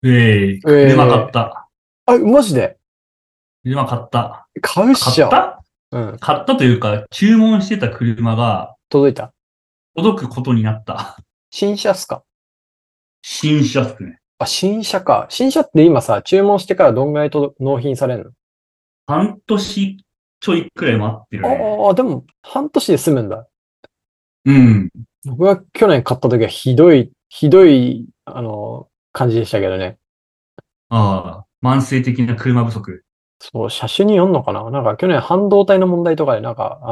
車買っええた。 あ、マジで車買った。 買うっ買しょ。 ったうん。 買ったというか、注文してた車が届いた。 届くことになった。 新車っすか？ 新車っすね。 あ、新車か。新車って今さ、注文してからどんぐらいと納品される半年ちょいくらい待ってるね。 の？ああ、でも、半年で済むんだ。 うん。 僕は去年買った時はひどい、感じでしたけどね。 ああ、慢性的な車不足。 そう、車種によんのかななんか去年半導体の問題とかで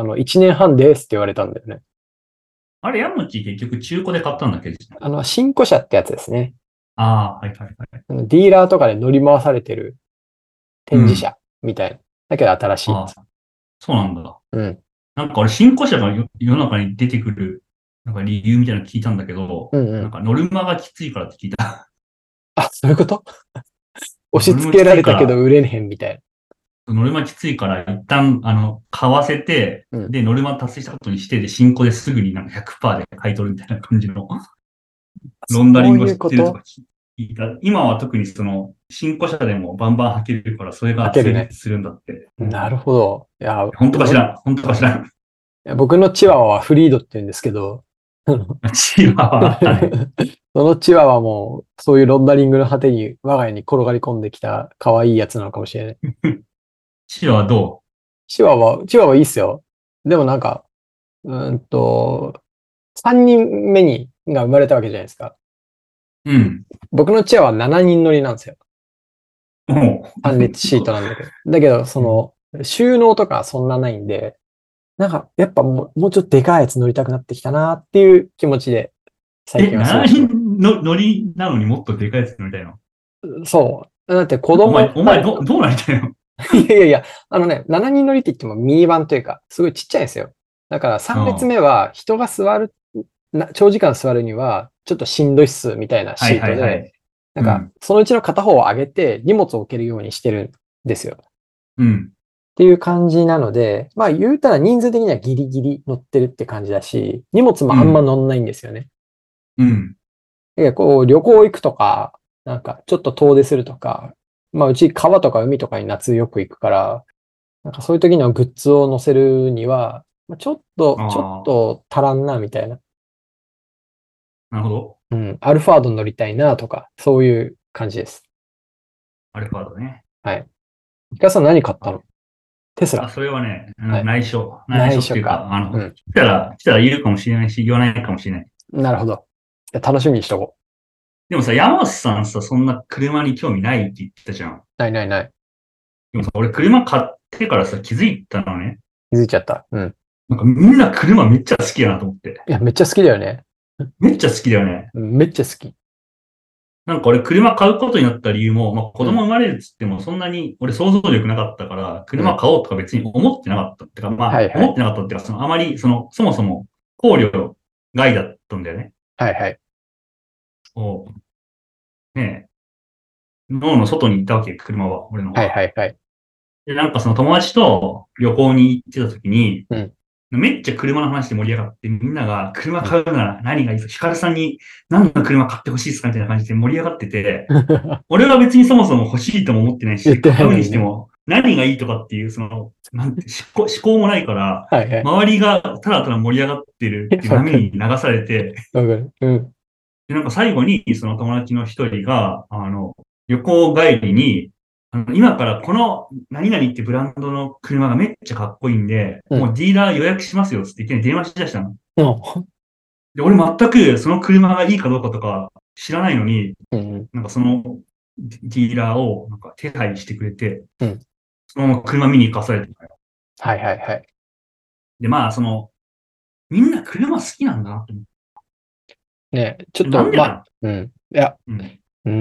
1年半ですって言われたんだよね。 あれ、ヤムチ結局中古で買ったんだっけ？ 新古車ってやつですね。 ああ、はいはいはい。 ディーラーとかで乗り回されてる展うん。 示車みたいな。だけど新しいやつ。 ああ、そうなんだ。 うん。 なんか俺、新古車が世の中に出てくる、なんか理由みたいなの聞いたんだけど、 うんうん。 なんかノルマがきついからって聞いた。 あ、そういうこと押しノルマき付けられたけどついから、 売れへんみたいノルマきついから一旦、買わせて、 な。うん。 で、ノルマ達成したことにして、で、新古ですぐになんか100%で買い取るみたいな感じのロンダリそうングをしてるとかいうこと聞いた。今は特に新古車でもバンバン履けるから、それがかけるね。 成立するんだって。うん。 なるほど。いや、 本当か知らん。本当か知らん。 僕のチワワはフリードって言うんですけど、 チワワね。 そのチワワも、そういうロンダリングの果てに我が家に転がり込んできた可愛いやつなのかもしれない。 チワワどチワワいいっすよ。でもなんか、うーんと、3人目が生まれたわけじゃないですか。 う？うん。 僕のチワワは7人乗りなんですよ。 も単列シートなんだけど。だけど、 う、うん。 収納とかそんなないんで、なんか、やっぱもうちょっとでかいやつ乗りたくなってきたなっていう気持ちで、最近は過ご 7 してます。 人の乗りなのにもっとでかいやつ乗りたいの？ そう。だって子供お前 2人と、 どうなりたいの？ いやいやいや、7人乗りって言ってもミニバンというか、すごいちっちゃいんですよ。だから3列うん。 目は人が長時間座るには、ちょっとしんどいっす、みたいなはいシートで、 はいはい。 なんか、 うん。 そのうちの片方を上げて荷物を置けるようにしてるんですよ。っうん。 ていう感じなので、まあ言うたら人数的にはギリギリ乗ってるって感じだし、荷物もあんまうん。 乗んないんですよね。 うん。 で、こう旅行行くとか、なんかちょっと遠出するとか、まあうち川とか海とかに夏よく行くから、なんかそういう時のグッズを載せるには、まあちょっと足らんな、みたいな。 なるほど。 うん、アルファード乗りたいな、とか、そういう感じです。 アルファードね。 はい。イカさん何買ったあ、 の？テスラ。 それはね、 はい。 内緒っていうか、 内緒か。うん。 来たら言うかもしれないし、言わないかもしれない。 なるほど。いや楽しみにしとこう。 でもさ、山内さんさ、そんな車に興味ないって言ってたじゃん。 ないないない。 でもさ、俺車買ってからさ、気づいたのね。 気づいちゃった。うん。 なんかみんな車めっちゃ好きやなと思って。 いや、めっちゃ好きだよね。 めっちゃ好きだよね。 うんめっちゃ好き。 なんか俺車買うことになった理由も、まあ子うん。 供生まれるっつってもそんなに俺想像力なかったから、 うん。 車買おうとか別に思ってなかった。ってかまあ、 はいはい。 思ってなかったっていうか、あまりそもそも考慮外だったんだよね。 はいはい。 こう、ねえ、脳の外にいたわけ、車は、俺のはいは。 はいはい。 で、なんかその友達と旅行に行ってた時に、 うん。 めっちゃ車の話で盛り上がって、みんなが車うん。 買うなら何がいいですか？ヒカルさんに何の車買ってほしいですかみたいな感じで盛り上がってて、俺は別にそもそも欲しいとも思ってないし、 言ってな買ういのにね。 にしても何がいいとかっていう、なんて思考もないから、 はいはい。 周りがただただ盛り上がってるっていうわかる。 波に流されて、 わかる。うん。 で、なんか最後にその友達の一人が、旅行帰りに、今からこの何々ってブランドの車がめっちゃかっこいいんで、 うん。 もうディーラー予約しますよっていきなり電話しだしたの。 うんで、俺全くその車がいいかどうかとか知らないのに、 うん。 なんかそのディーラーをなんか手配してくれて、 うん。 そのまま車見に行かされてたよ。 はいはいはい。 で、まあ、みんな車好きなんだなって思ね、ちょっう。なと、 んでかな？ うん。いや、 うん。 うー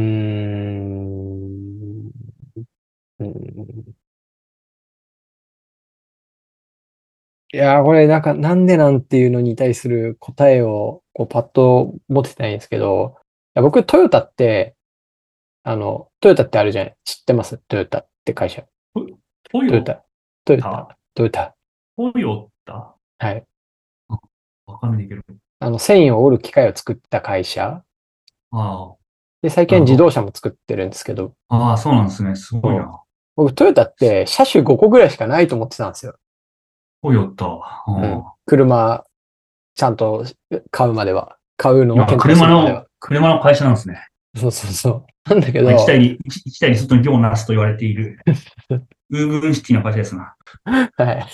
ん。うんいやー、これ、なんでなんていうのに対する答えを、こう、パッと持ってないんですけど、いや僕、トヨタってあるじゃない。知ってますトヨタって会社。 トトヨトヨタ、トヨタ、 タトヨタ。 トヨタはい。 あ、わかんないけど。 繊維を織る機械を作った会社。 ああ。 で、最近は自動車も作ってるんですけど、 ああ、そうなんですね。すごいそうな。 僕トヨタって車種5個ぐらいしかないと思ってたんですよ。 トヨタ。 うん。 あ車、ちゃんと買うまでは。買うのをあ、 検討するまでは。 車の会社なんですね。 そうそうそう。なんだけまあ、 ど、 一対に外に量をなすと言われている、ウーブンシティの会社ですな。 はい。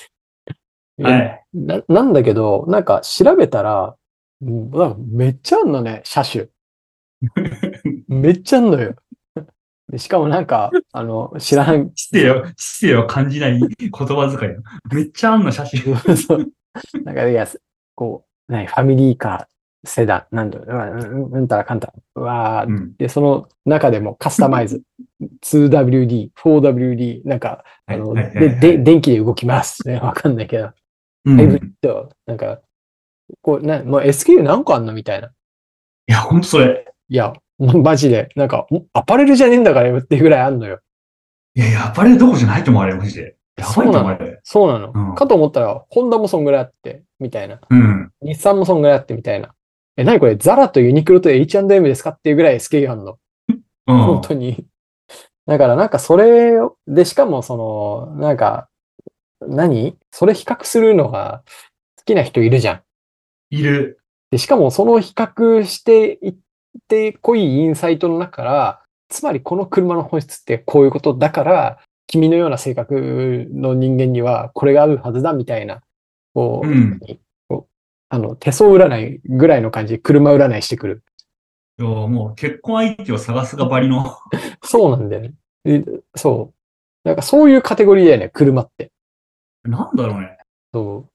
はい。 なんだけど、なんか調べたら、なんかめっちゃあんのね、車種。めっちゃあんのよ。でしかもなんか、知らん、 知性を感じない言葉遣いよ。めっちゃあんの写真。 そう、なんか、いや、こう、ファミリーカー、セダン、なんだろう、うんたらかんたら、うわーうん。 で、その中でもカスタマイズ、2WD、4WD、なんか、 はい、はい、はい、はい。 電気で動きます。ね、わかんないけど、ハイブリッうん。 ド、なんか、もう SKU 何個あんのみたいな。 いや、ほんとそれ。 いや、マジで、なんか、アパレルじゃねえんだからよっていうぐらいあんのよ。 いやいや、アパレルどころじゃないと思われる、マジで。やばいと思われる。 そうなの。 うん。 かと思ったら、ホンダもそんぐらいあって、みたいな。 うん。 日産もそんぐらいあって、みたいな。何これ、ザラとユニクロと H&M ですかっていうぐらい SKU あんの。 う本ん。 当に。だからなんかそれを、で、しかもなんか、それ比較するのが好きな人いるじゃん。 いる。 で、しかもその比較していって濃いインサイトの中から、つまりこの車の本質ってこういうことだから、君のような性格の人間にはこれが合うはずだみたいな、こう、 うん。 こう手相占いぐらいの感じで車占いしてくる。 いや、もう結婚相手を探すがばりの、 そうなんだよね。そう。なんかそういうカテゴリーだよね、車って。 なんだろうね。 そ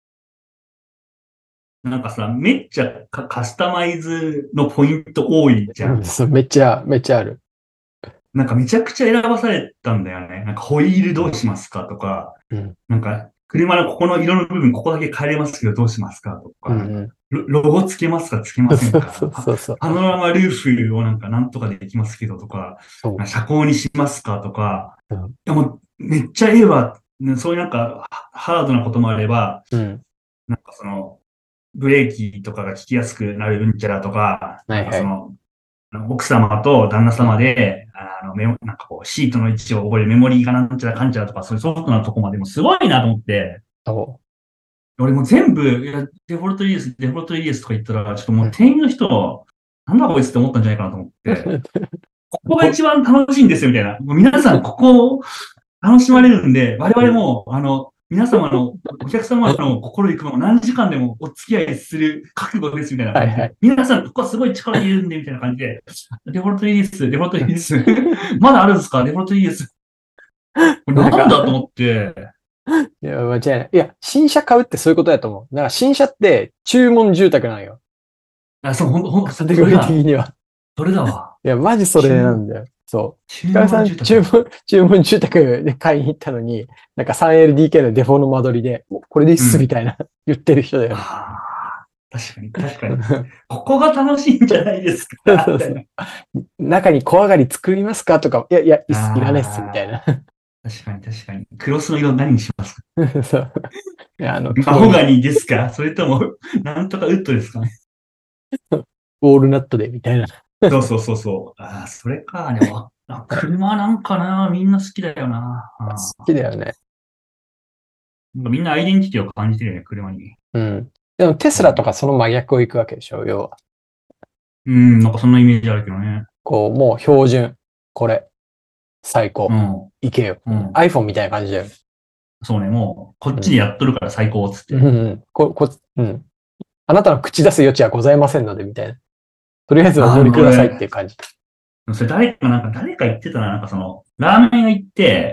なんかさ、めっちゃカスタマイズのポイント多いじう。 ゃん。 そうめっちゃ、めっちゃある。 なんかめちゃくちゃ選ばされたんだよね。なんかホイールどうしますかとか、 うん。 なんか車のここの色の部分ここだけ変えれますけどどうしますかとか、なんかうんロゴつけますかつけうん。 ませんそうそうかそうそう。 パノラマルーフをなんかなんとかできますけどとか、 そ車高にしますかとか、 う。うん。 いやもうめっちゃええわ。そういうなんかハードなこともあれば、 うん。 なんかそのブレーキとかが効きやすくなるうんちゃらとか、なんかはいはい。 奥様と旦那うん。 様で、なんかこう、シートの位置を覚えるメモリーがなんちゃらかんちゃらとか、そういうソフトなとこまでもすごいなと思って、 そ俺もう全部、いや、デフォルトいいです、デフォルトいいですとか言ったら、ちょっともう。 う店員の人、なんだこいつって思ったんじゃないかなと思って、ここがど一番楽しいんですよ、みたいな。もう皆さん、ここ楽しまれるんで、我々も、皆様の、お客様の心行くまま何時間でもお付き合いする覚悟です、みたいな感じで。 はいはい。 皆さん、ここはすごい力入れるんで、みたいな感じで。デフォルトいいです、デフォルトいいです。まだあるんですかデフォルトいいです。これなんか、 なんだと思って、 いや、間違いない。いや、新車買うってそういうことだと思う。だから新車って注文住宅なのよ。 あ、そう、 カテゴリー的には。 それだわ。 いや、マジそれな注、 んだよ。そう。 注ヒカルさん、 文住宅。 注文住宅で買いに行ったのに、なんか 3LDK のデフォの間取りで、これでいいっうん。 すみたいな言ってる人だよね。 ああ、確かに、確かに。ここが楽しいんじゃないですか、みたいな。 そうそう。中に小上がり作りますかとか、いや、いや、いらないっす、みたいな。 ああ、確かに、確かに。クロスの色何にしますか？ そう。いや、 マホガニですか？それとも、なんとかウッドですかね？ ウォールナットで、みたいな。 そうそうそうそう。ああ、それか。でも、車なんかな。みんな好きだよな。 好きだよね。 なんかみんなアイデンティティを感じてるよね、車に。 うん。でもテスラとかその真逆を行くわけでしょ、要は。 うん、なんかそんなイメージあるけどね。 こう、もう標準。これ、最高。 うん、 いけよ。 うん。 iPhone みたいな感じだよね。 そうね、もう、こっちでうん。 やっとるから最高っつっうん、 て。 うん。うん。あなたの口出す余地はございませんので、みたいな。とりあえずおああ、 乗りくださいってい俺、 う感じ。 それ誰か言ってたな、ラーメン屋行って、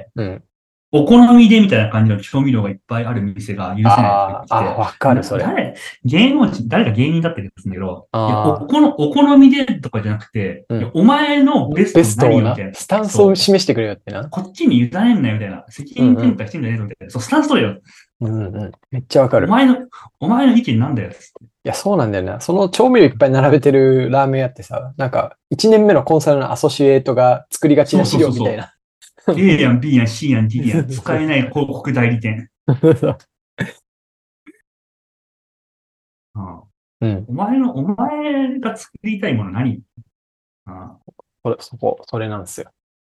うん。 お好みでみたいな感じの調味料がいっぱいある店が許せないとか言ってて、 わかる、それ。 誰か芸人だって言うんだけど、いや、 ああ、 お好みでとかじゃなくて、いや、 うん。 お前のベスベトストをな、 何よみたいな。 スタンスをそう。 示してくれよってな。 こっちに委ねんなよみたいな。責任うんうん。 転嫁してんじゃねえぞみたいな。そう、スタンス取れよ。 うんうん。めっちゃわかる。 お前の、お前の意見なんだよ。 いや、そうなんだよな。その調味料いっぱい並べてるラーメン屋ってさ、なんか、1年目のコンサルのアソシエイトが作りがちそうそな資うそうそ料みたいな。 う。A やん、B やん、C やん、D やん。使えない広告代理店。うん、 うん。 お前が作りたいもの何？あそれなんですよ。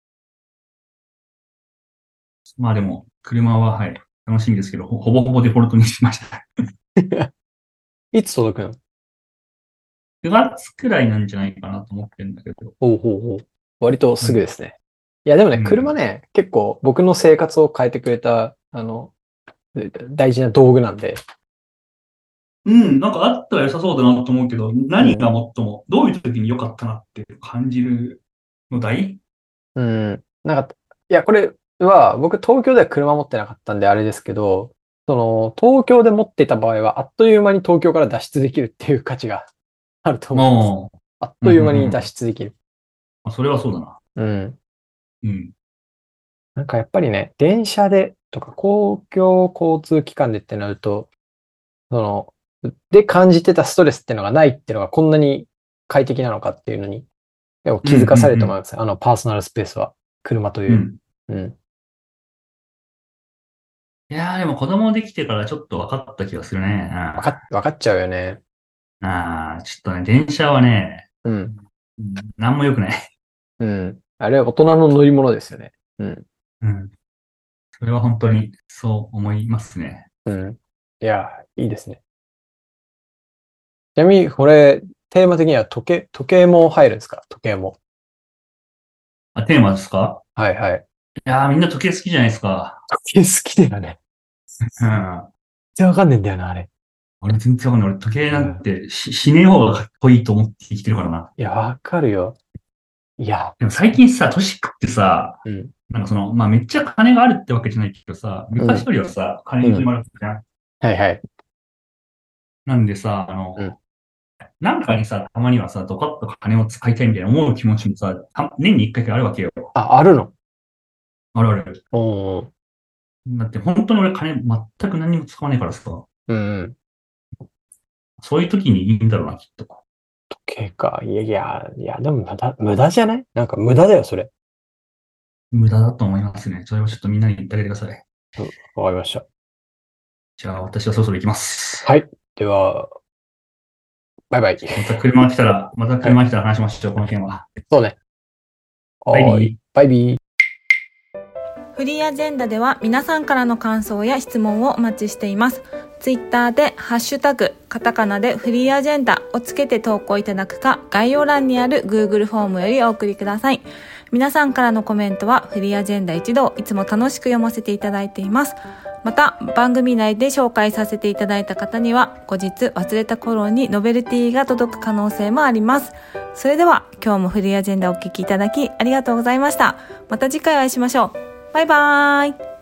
まあでも、車は、はい、楽しみですけど、ほぼほぼデフォルトにしました。 いつ届くの？ 9月くらいなんじゃないかなと思ってるんだけど。 ほうほうほう。割とすはい。 ぐですね。いや、でもね、 うん。 車ね、結構僕の生活を変えてくれた、大事な道具なんで、 うん、なんかあったら良さそうだなと思うけど、何がうん。 最も、どういう時に良かったなって感じるのだい？ うん。なんか、いや、これは、僕東京では車持ってなかったんであれですけど、東京で持ってた場合は、あっという間に東京から脱出できるっていう価値があると思います。 もあっう、うん、うん、 という間に脱うん。 出できる。 あ、それはそうだな。 うん。 うん。 なんかやっぱりね、電車でとか公共交通機関でってなると、その、で感じてたストレスっていうのがないっていうのがこんなに快適なのかっていうのに、結構うん、うん、 気づかされるうん。 と思います。パーソナルスペースは、車という。 うん。 うん。 いやー、でも子供できてからちょっと分かった気がするね。 わかっちゃうよね。 ちょっとね、電車はね、 うん。 うん、なんも良くない。 うん。あれは大人の乗り物ですよね。うん。 うん。それは本当にそう思いますね。 うん。いや、いいですね。ちなみに、これ、テーマ的には時計も入るんですか？時計も。 あ、テーマですか？ はいはい。 いやー、みんな時計好きじゃないですか。 時計好きだよね。 うん。 全然わかんねえんだよな、あれ。 俺全然わかんない。俺時計なんうん。 てしねえ方がかっこいいと思って生きてるからな。 いや、わかるよ。いや、 でも最近さ、年食ってさ、 うん。 なんかその、まあめっちゃ金があるってわけじゃないけどさ、 うん。 昔よりはさ、金うん。 に困るじゃん。 はいはい。 なんでさ、 うん。 なんかにさ、たまにはさ、ドカッと金を使いたいみたいな思う気持ちもさ、年に一回くらいあるわけよ。 あ、あるの？ あるある。 おー。 だって本当に俺金全く何にも使わないからさ、 うんうん。 そういう時にいいんだろうな、きっと。 時計か。いやいや、いや、でも無駄じゃない？なんか無駄だよ、それ。 無駄だと思いますね。それをちょっとみんなに言ってあげてください。 うん、わかりました。 じゃあ私はそろそろ行きます。 はい。では、バイバイ。 またはい。 車来たら話しましょう、この件は。 そうね。はーい。 バイビー。 バイビー。 フリーアジェンダでは皆さんからの感想や質問をお待ちしています。ツイッターでハッシュタグカタカナでフリーアジェンダをつけて投稿いただくか、概要欄にある Google フォームよりお送りください。皆さんからのコメントはフリーアジェンダ一同いつも楽しく読ませていただいています。また番組内で紹介させていただいた方には後日忘れた頃にノベルティが届く可能性もあります。それでは今日もフリーアジェンダをお聞きいただきありがとうございました。また次回お会いしましょう。バイバーイ。